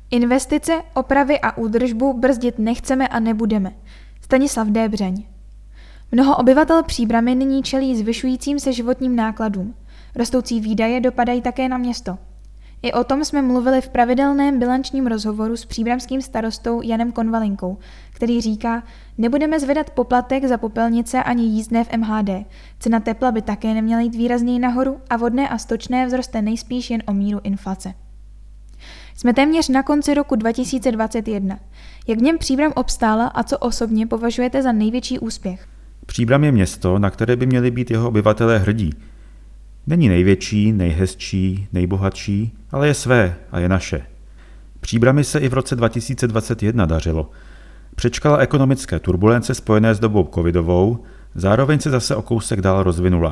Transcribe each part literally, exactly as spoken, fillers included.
Investice, opravy a údržbu brzdit nechceme a nebudeme. Stanislav Débřeň. Mnoho obyvatel Příbrami nyní čelí zvyšujícím se životním nákladům. Rostoucí výdaje dopadají také na město. I o tom jsme mluvili v pravidelném bilančním rozhovoru s příbramským starostou Janem Konvalinkou, který říká, nebudeme zvedat poplatek za popelnice ani jízdné v M H D. Cena tepla by také neměla jít výrazněji nahoru a vodné a stočné vzroste nejspíš jen o míru inflace. Jsme téměř na konci roku dva tisíce dvacet jedna. Jak v něm Příbram obstála a co osobně považujete za největší úspěch? Příbram je město, na které by měli být jeho obyvatelé hrdí. Není největší, nejhezčí, nejbohatší, ale je své a je naše. Příbrami se i v roce dva tisíce dvacet jedna dařilo. Přečkala ekonomické turbulence spojené s dobou covidovou, zároveň se zase o kousek dál rozvinula.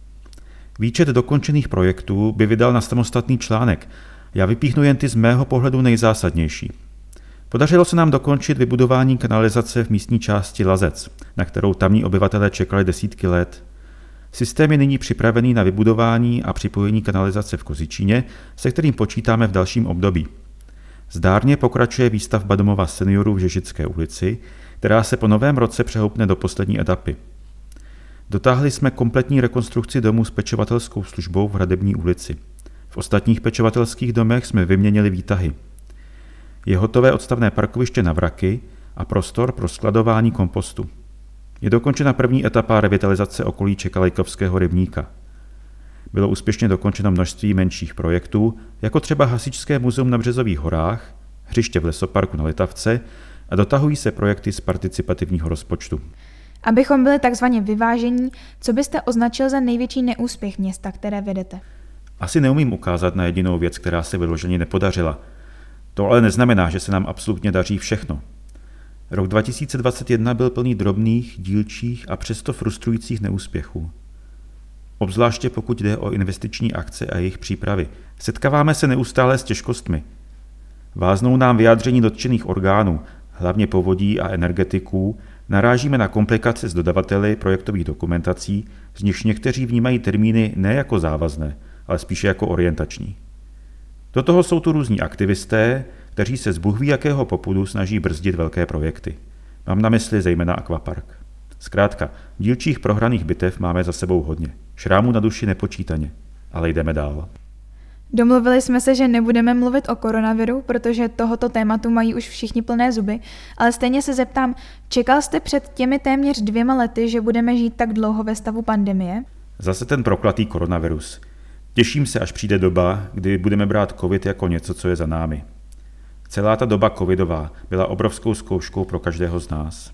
Výčet dokončených projektů by vydal na samostatný článek. Já vypíchnu jen ty z mého pohledu nejzásadnější. Podařilo se nám dokončit vybudování kanalizace v místní části Lazec, na kterou tamní obyvatelé čekali desítky let. Systém je nyní připravený na vybudování a připojení kanalizace v Kozičíně, se kterým počítáme v dalším období. Zdárně pokračuje výstavba domova seniorů v Žežické ulici, která se po novém roce přehoupne do poslední etapy. Dotáhli jsme kompletní rekonstrukci domu s pečovatelskou službou v Hradební ulici. V ostatních pečovatelských domech jsme vyměnili výtahy. Je hotové odstavné parkoviště na vraky a prostor pro skladování kompostu. Je dokončena první etapa revitalizace okolí Čekalejkovského rybníka. Bylo úspěšně dokončeno množství menších projektů, jako třeba Hasičské muzeum na Březových horách, hřiště v lesoparku na Litavce a dotahují se projekty z participativního rozpočtu. Abychom byli takzvaně vyvážení, co byste označil za největší neúspěch města, které vedete? Asi neumím ukázat na jedinou věc, která se vyloženě nepodařila. To ale neznamená, že se nám absolutně daří všechno. Rok dva tisíce dvacet jedna byl plný drobných, dílčích a přesto frustrujících neúspěchů. Obzvláště pokud jde o investiční akce a jejich přípravy. Setkáváme se neustále s těžkostmi. Váznou nám vyjádření dotčených orgánů, hlavně povodí a energetiků, narážíme na komplikace s dodavateli projektových dokumentací, z nichž někteří vnímají termíny ne jako závazné, ale spíše jako orientační. Do toho jsou tu různí aktivisté, kteří se z bůhví jakého popudu snaží brzdit velké projekty. Mám na mysli zejména akvapark. Zkrátka, dílčích prohraných bitev máme za sebou hodně. Šrámů na duši nepočítaně, ale jdeme dál. Domluvili jsme se, že nebudeme mluvit o koronaviru, protože tohoto tématu mají už všichni plné zuby, ale stejně se zeptám, čekal jste před těmi téměř dvěma lety, že budeme žít tak dlouho ve stavu pandemie? Zase ten prokletý koronavirus. Těším se, až přijde doba, kdy budeme brát covid jako něco, co je za námi. Celá ta doba covidová byla obrovskou zkouškou pro každého z nás.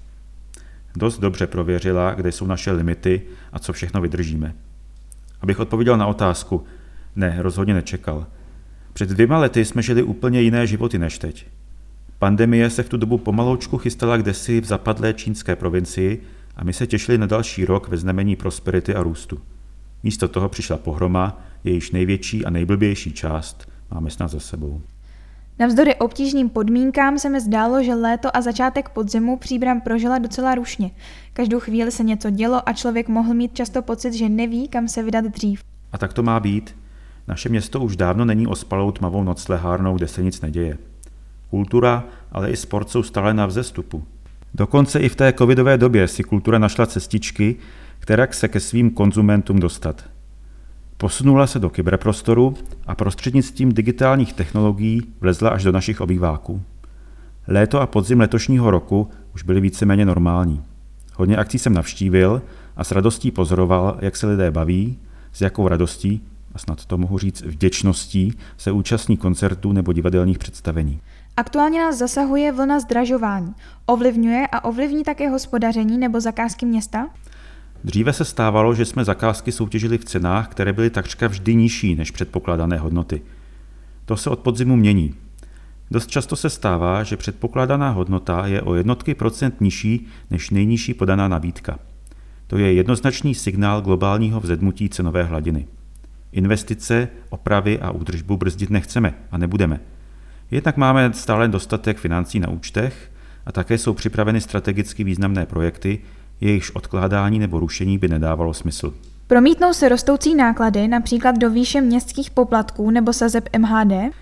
Dost dobře prověřila, kde jsou naše limity a co všechno vydržíme. Abych odpověděl na otázku, ne, rozhodně nečekal. Před dvěma lety jsme žili úplně jiné životy než teď. Pandemie se v tu dobu pomaloučku chystala kdesi v zapadlé čínské provincii a my se těšili na další rok ve znamení prosperity a růstu. Místo toho přišla pohroma, jejíž největší a nejblbější část máme snad za sebou. Navzdory obtížným podmínkám se mi zdálo, že léto a začátek podzimu Příbram prožila docela rušně. Každou chvíli se něco dělo a člověk mohl mít často pocit, že neví, kam se vydat dřív. A tak to má být. Naše město už dávno není ospalou tmavou noclehárnou, kde se nic neděje. Kultura, ale i sport jsou stále na vzestupu. Dokonce i v té covidové době si kultura našla cestičky, kterak se ke svým konzumentům dostat. Posunula se do kyberprostoru a prostřednictvím digitálních technologií vlezla až do našich obýváků. Léto a podzim letošního roku už byly víceméně normální. Hodně akcí jsem navštívil a s radostí pozoroval, jak se lidé baví, s jakou radostí, a snad to mohu říct vděčností, se účastní koncertů nebo divadelních představení. Aktuálně nás zasahuje vlna zdražování. Ovlivňuje a ovlivní také hospodaření nebo zakázky města? Dříve se stávalo, že jsme zakázky soutěžili v cenách, které byly takřka vždy nižší než předpokládané hodnoty. To se od podzimu mění. Dost často se stává, že předpokládaná hodnota je o jednotky procent nižší než nejnižší podaná nabídka. To je jednoznačný signál globálního vzedmutí cenové hladiny. Investice, opravy a údržbu brzdit nechceme a nebudeme. Jednak máme stále dostatek financí na účtech a také jsou připraveny strategicky významné projekty, jejichž odkládání nebo rušení by nedávalo smysl. Promítnou se rostoucí náklady například do výše městských poplatků nebo sazeb M H D?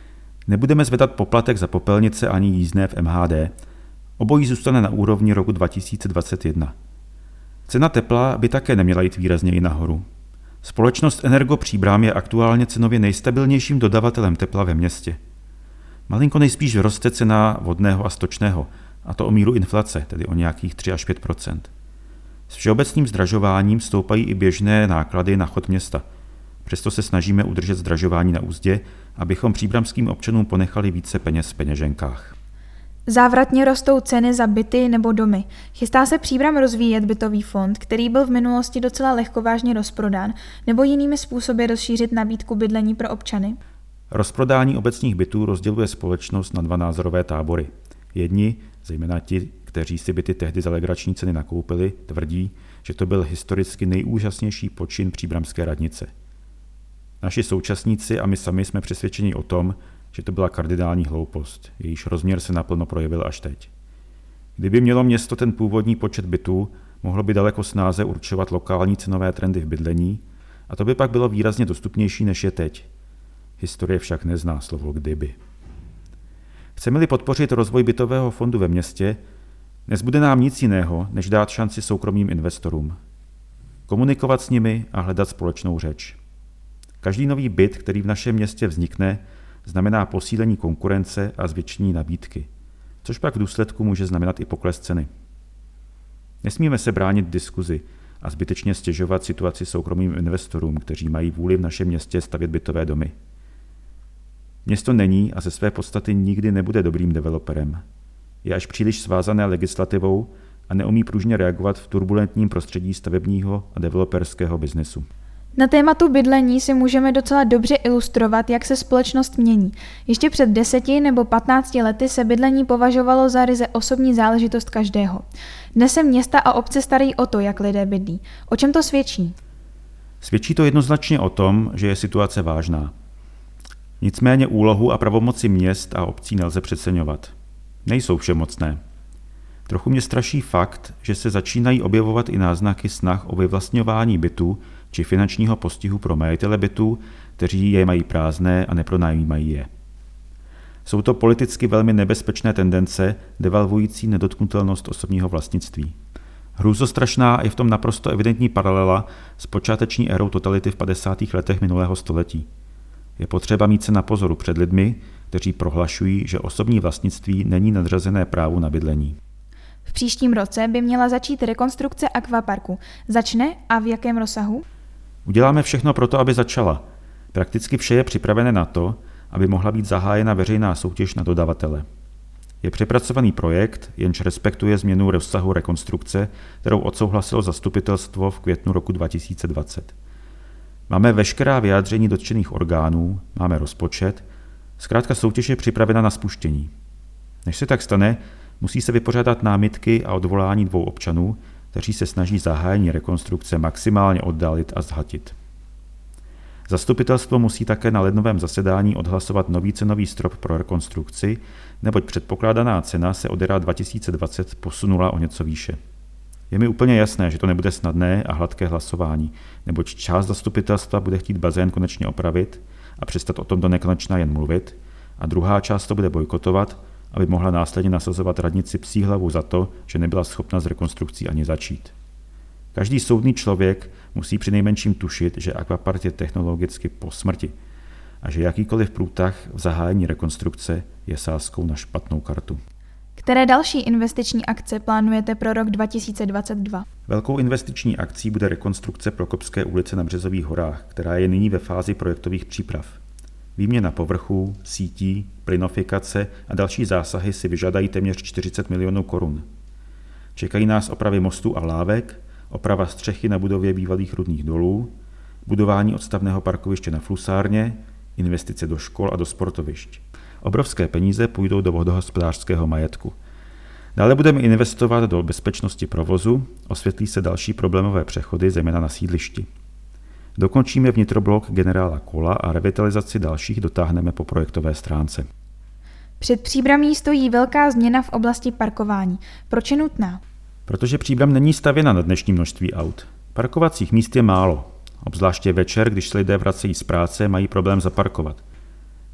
Nebudeme zvedat poplatek za popelnice ani jízdné v M H D. Obojí zůstane na úrovni roku dva tisíce dvacet jedna. Cena tepla by také neměla jít výrazněji nahoru. Společnost Energo Příbram je aktuálně cenově nejstabilnějším dodavatelem tepla ve městě. Malinko nejspíš roste cena vodného a stočného, a to o míru inflace, tedy o nějakých tři až pět procent. S všeobecným zdražováním stoupají i běžné náklady na chod města. Přesto se snažíme udržet zdražování na úzdě, abychom příbramským občanům ponechali více peněz v peněženkách. Závratně rostou ceny za byty nebo domy. Chystá se Příbram rozvíjet bytový fond, který byl v minulosti docela lehkovážně rozprodán, nebo jinými způsoby rozšířit nabídku bydlení pro občany? Rozprodání obecních bytů rozděluje společnost na dva názorové tábory. Jedni, zejména ti, kteří si byty tehdy za legrační ceny nakoupili, tvrdí, že to byl historicky nejúžasnější počin příbramské radnice. Naši současníci a my sami jsme přesvědčeni o tom, že to byla kardinální hloupost, jejíž rozměr se naplno projevil až teď. Kdyby mělo město ten původní počet bytů, mohlo by daleko snáze určovat lokální cenové trendy v bydlení, a to by pak bylo výrazně dostupnější než je teď. Historie však nezná slovo kdyby. Chceme-li podpořit rozvoj bytového fondu ve městě, nezbude nám nic jiného, než dát šanci soukromým investorům. Komunikovat s nimi a hledat společnou řeč. Každý nový byt, který v našem městě vznikne, znamená posílení konkurence a zvětšení nabídky, což pak v důsledku může znamenat i pokles ceny. Nesmíme se bránit diskuzi a zbytečně stěžovat situaci soukromým investorům, kteří mají vůli v našem městě stavět bytové domy. Město není a ze své podstaty nikdy nebude dobrým developerem. Je až příliš svázané legislativou a neumí pružně reagovat v turbulentním prostředí stavebního a developerského biznesu. Na tématu bydlení si můžeme docela dobře ilustrovat, jak se společnost mění. Ještě před deseti nebo patnácti lety se bydlení považovalo za ryze osobní záležitost každého. Dnes se města a obce starají o to, jak lidé bydlí. O čem to svědčí? Svědčí to jednoznačně o tom, že je situace vážná. Nicméně úlohu a pravomoci měst a obcí nelze přeceňovat. Nejsou všemocné. Trochu mě straší fakt, že se začínají objevovat i náznaky snah o vyvlastňování bytů či finančního postihu pro majitele bytů, kteří je mají prázdné a nepronajímají je. Jsou to politicky velmi nebezpečné tendence, devalvující nedotknutelnost osobního vlastnictví. Hrůzostrašná je v tom naprosto evidentní paralela s počáteční érou totality v padesátých letech minulého století. Je potřeba mít se na pozoru před lidmi, kteří prohlašují, že osobní vlastnictví není nadřazené právu na bydlení. V příštím roce by měla začít rekonstrukce akvaparku. Začne a v jakém rozsahu? Uděláme všechno pro to, aby začala. Prakticky vše je připravené na to, aby mohla být zahájena veřejná soutěž na dodavatele. Je přepracovaný projekt, jenž respektuje změnu rozsahu rekonstrukce, kterou odsouhlasilo zastupitelstvo v květnu roku dva tisíce dvacet. Máme veškerá vyjádření dotčených orgánů, máme rozpočet, zkrátka soutěž je připravena na spuštění. Než se tak stane, musí se vypořádat námitky a odvolání dvou občanů, kteří se snaží zahájení rekonstrukce maximálně oddálit a zhatit. Zastupitelstvo musí také na lednovém zasedání odhlasovat nový cenový strop pro rekonstrukci, neboť předpokládaná cena se od jara dva tisíce dvacet posunula o něco výše. Je mi úplně jasné, že to nebude snadné a hladké hlasování, neboť část zastupitelstva bude chtít bazén konečně opravit a přestat o tom do nekonečna jen mluvit, a druhá část to bude bojkotovat, aby mohla následně nasazovat radnici psí hlavu za to, že nebyla schopna s rekonstrukcí ani začít. Každý soudný člověk musí přinejmenším tušit, že akvapark je technologicky po smrti a že jakýkoliv průtah v zahájení rekonstrukce je sázkou na špatnou kartu. Které další investiční akce plánujete pro rok dva tisíce dvacet dva? Velkou investiční akcí bude rekonstrukce Prokopské ulice na Březových horách, která je nyní ve fázi projektových příprav. Výměna povrchů, sítí, plynofikace a další zásahy si vyžádají téměř čtyřicet milionů korun. Čekají nás opravy mostů a lávek, oprava střechy na budově bývalých rudných dolů, budování odstavného parkoviště na Flusárně, investice do škol a do sportovišť. Obrovské peníze půjdou do vodohospodářského majetku. Dále budeme investovat do bezpečnosti provozu, osvětlí se další problémové přechody, zejména na sídlišti. Dokončíme vnitroblok generála Kola a revitalizaci dalších dotáhneme po projektové stránce. Před Příbramí stojí velká změna v oblasti parkování. Proč je nutná? Protože Příbram není stavěna na dnešní množství aut. Parkovacích míst je málo. Obzvláště večer, když se lidé vracejí z práce, mají problém zaparkovat.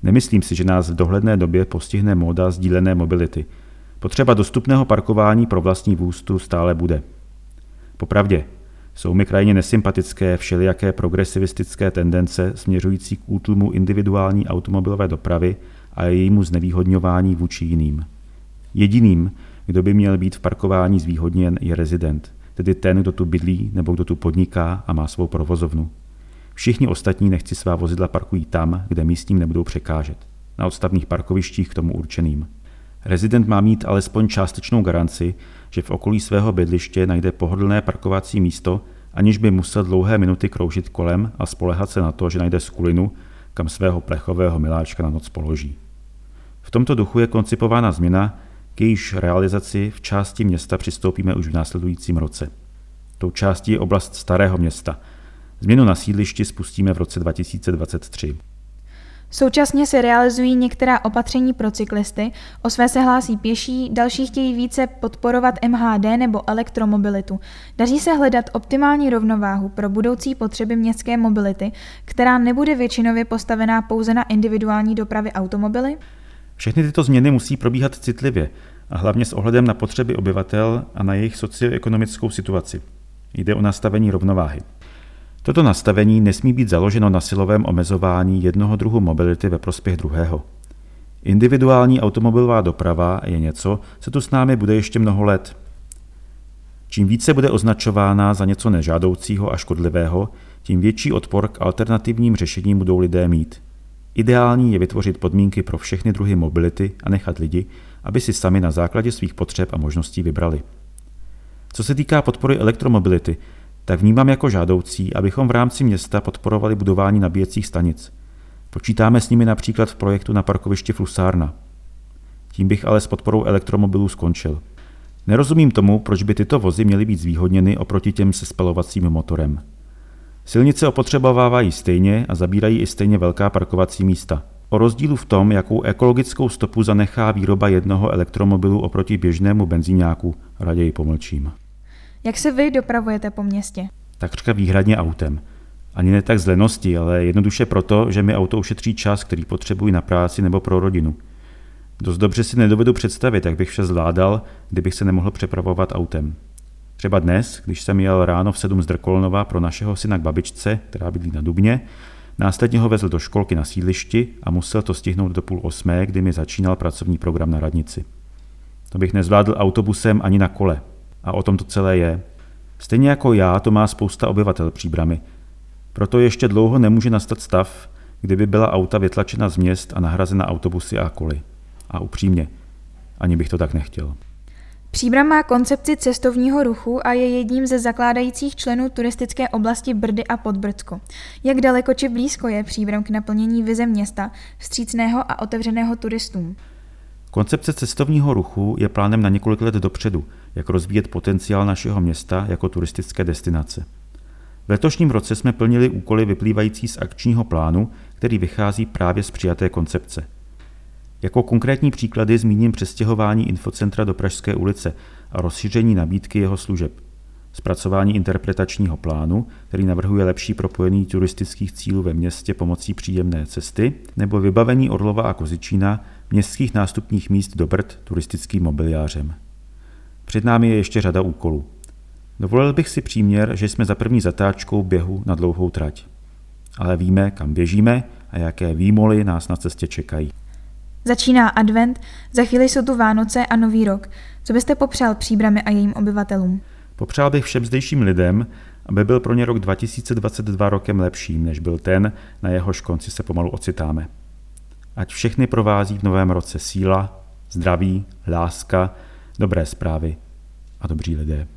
Nemyslím si, že nás v dohledné době postihne móda sdílené mobility. Potřeba dostupného parkování pro vlastní vůz tu stále bude. Popravdě, jsou mi krajně nesympatické všelijaké progresivistické tendence směřující k útlumu individuální automobilové dopravy a jejímu znevýhodňování vůči jiným. Jediným, kdo by měl být v parkování zvýhodněn, je rezident, tedy ten, kdo tu bydlí nebo kdo tu podniká a má svou provozovnu. Všichni ostatní nechci svá vozidla parkují tam, kde místním nebudou překážet, na odstavných parkovištích k tomu určeným. Rezident má mít alespoň částečnou garanci, že v okolí svého bydliště najde pohodlné parkovací místo, aniž by musel dlouhé minuty kroužit kolem a spoléhat se na to, že najde skulinu, kam svého plechového miláčka na noc položí. V tomto duchu je koncipována změna, k jejíž realizaci v části města přistoupíme už v následujícím roce. Tou částí je oblast Starého Města. Změnu na sídlišti spustíme v roce dva tisíce dvacet tři. Současně se realizují některá opatření pro cyklisty, o své se hlásí pěší, další chtějí více podporovat M H D nebo elektromobilitu. Daří se hledat optimální rovnováhu pro budoucí potřeby městské mobility, která nebude většinově postavená pouze na individuální dopravy automobily? Všechny tyto změny musí probíhat citlivě a hlavně s ohledem na potřeby obyvatel a na jejich socioekonomickou situaci. Jde o nastavení rovnováhy. Toto nastavení nesmí být založeno na silovém omezování jednoho druhu mobility ve prospěch druhého. Individuální automobilová doprava je něco, co tu s námi bude ještě mnoho let. Čím více bude označována za něco nežádoucího a škodlivého, tím větší odpor k alternativním řešením budou lidé mít. Ideální je vytvořit podmínky pro všechny druhy mobility a nechat lidi, aby si sami na základě svých potřeb a možností vybrali. Co se týká podpory elektromobility, tak vnímám jako žádoucí, abychom v rámci města podporovali budování nabíjecích stanic. Počítáme s nimi například v projektu na parkovišti Flusárna. Tím bych ale s podporou elektromobilů skončil. Nerozumím tomu, proč by tyto vozy měly být zvýhodněny oproti těm se spalovacím motorem. Silnice opotřebovávají stejně a zabírají i stejně velká parkovací místa. O rozdílu v tom, jakou ekologickou stopu zanechá výroba jednoho elektromobilu oproti běžnému benzíňáku, raději pomlčím. Jak se vy dopravujete po městě? Takřka výhradně autem. Ani ne tak z lenosti, ale jednoduše proto, že mi auto ušetří čas, který potřebuji na práci nebo pro rodinu. Dost dobře si nedovedu představit, jak bych vše zvládal, kdybych se nemohl přepravovat autem. Třeba dnes, když jsem jel ráno v sedm z Drkolnova pro našeho syna k babičce, která bydlí na Dubně, následně ho vezl do školky na sídlišti a musel to stihnout do půl osmé, kdy mi začínal pracovní program na radnici. To bych nezvládl autobusem ani na kole. A o tom to celé je. Stejně jako já, to má spousta obyvatel Příbrami. Proto ještě dlouho nemůže nastat stav, kdyby byla auta vytlačena z měst a nahrazena autobusy a koly. A upřímně, ani bych to tak nechtěl. Příbram má koncepci cestovního ruchu a je jedním ze zakládajících členů turistické oblasti Brdy a Podbrdsko. Jak daleko či blízko je Příbram k naplnění vize města, vstřícného a otevřeného turistům? Koncepce cestovního ruchu je plánem na několik let dopředu, jak rozvíjet potenciál našeho města jako turistické destinace. V letošním roce jsme plnili úkoly vyplývající z akčního plánu, který vychází právě z přijaté koncepce. Jako konkrétní příklady zmíním přestěhování infocentra do Pražské ulice a rozšíření nabídky jeho služeb, zpracování interpretačního plánu, který navrhuje lepší propojení turistických cílů ve městě pomocí příjemné cesty, nebo vybavení Orlova a Kozičína městských nástupních míst do Brd turistickým mobiliářem. Před námi je ještě řada úkolů. Dovolil bych si příměr, že jsme za první zatáčkou běhu na dlouhou trať. Ale víme, kam běžíme a jaké výmoly nás na cestě čekají. Začíná advent, za chvíli jsou tu Vánoce a Nový rok. Co byste popřál Příbrami a jejím obyvatelům? Popřál bych všem zdejším lidem, aby byl pro ně rok dva tisíce dvacet dva rokem lepším, než byl ten, na jehož konci se pomalu ocitáme. Ať všechny provází v novém roce síla, zdraví, láska, dobré zprávy a dobří lidé.